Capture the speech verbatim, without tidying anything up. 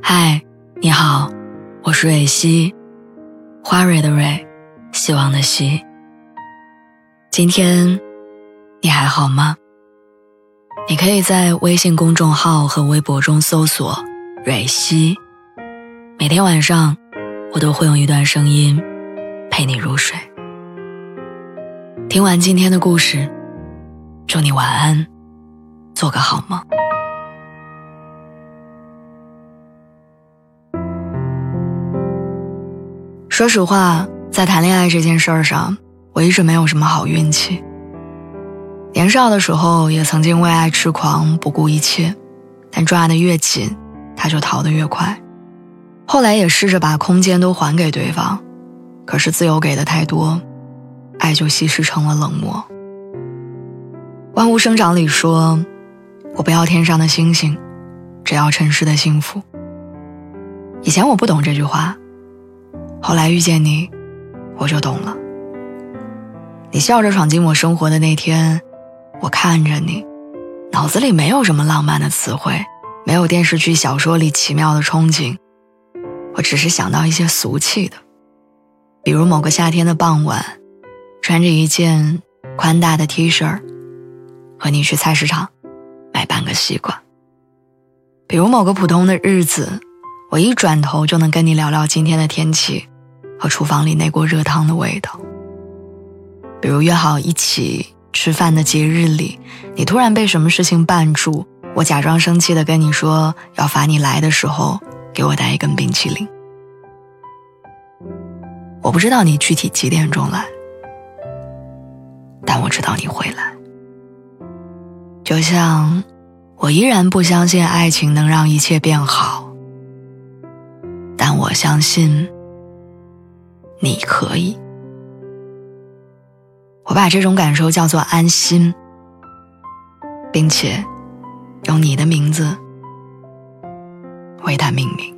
嗨，你好，我是蕊希，花蕊的蕊，希望的希。今天你还好吗？你可以在微信公众号和微博中搜索蕊希，每天晚上我都会用一段声音陪你入睡。听完今天的故事，祝你晚安，做个好梦。说实话，在谈恋爱这件事儿上，我一直没有什么好运气。年少的时候也曾经为爱痴狂，不顾一切，但抓得越紧，他就逃得越快。后来也试着把空间都还给对方，可是自由给的太多，爱就稀释成了冷漠。万物生长里说，我不要天上的星星，只要尘世的幸福。以前我不懂这句话，后来遇见你，我就懂了。你笑着闯进我生活的那天，我看着你，脑子里没有什么浪漫的词汇，没有电视剧小说里奇妙的憧憬，我只是想到一些俗气的，比如某个夏天的傍晚，穿着一件宽大的 T 恤，和你去菜市场买半个西瓜。比如某个普通的日子，我一转头就能跟你聊聊今天的天气和厨房里那锅热汤的味道。比如约好一起吃饭的节日里，你突然被什么事情绊住，我假装生气地跟你说要罚你来的时候给我带一根冰淇淋。我不知道你具体几点钟来，但我知道你会来。就像我依然不相信爱情能让一切变好，但我相信你可以。我把这种感受叫做安心，并且用你的名字为它命名。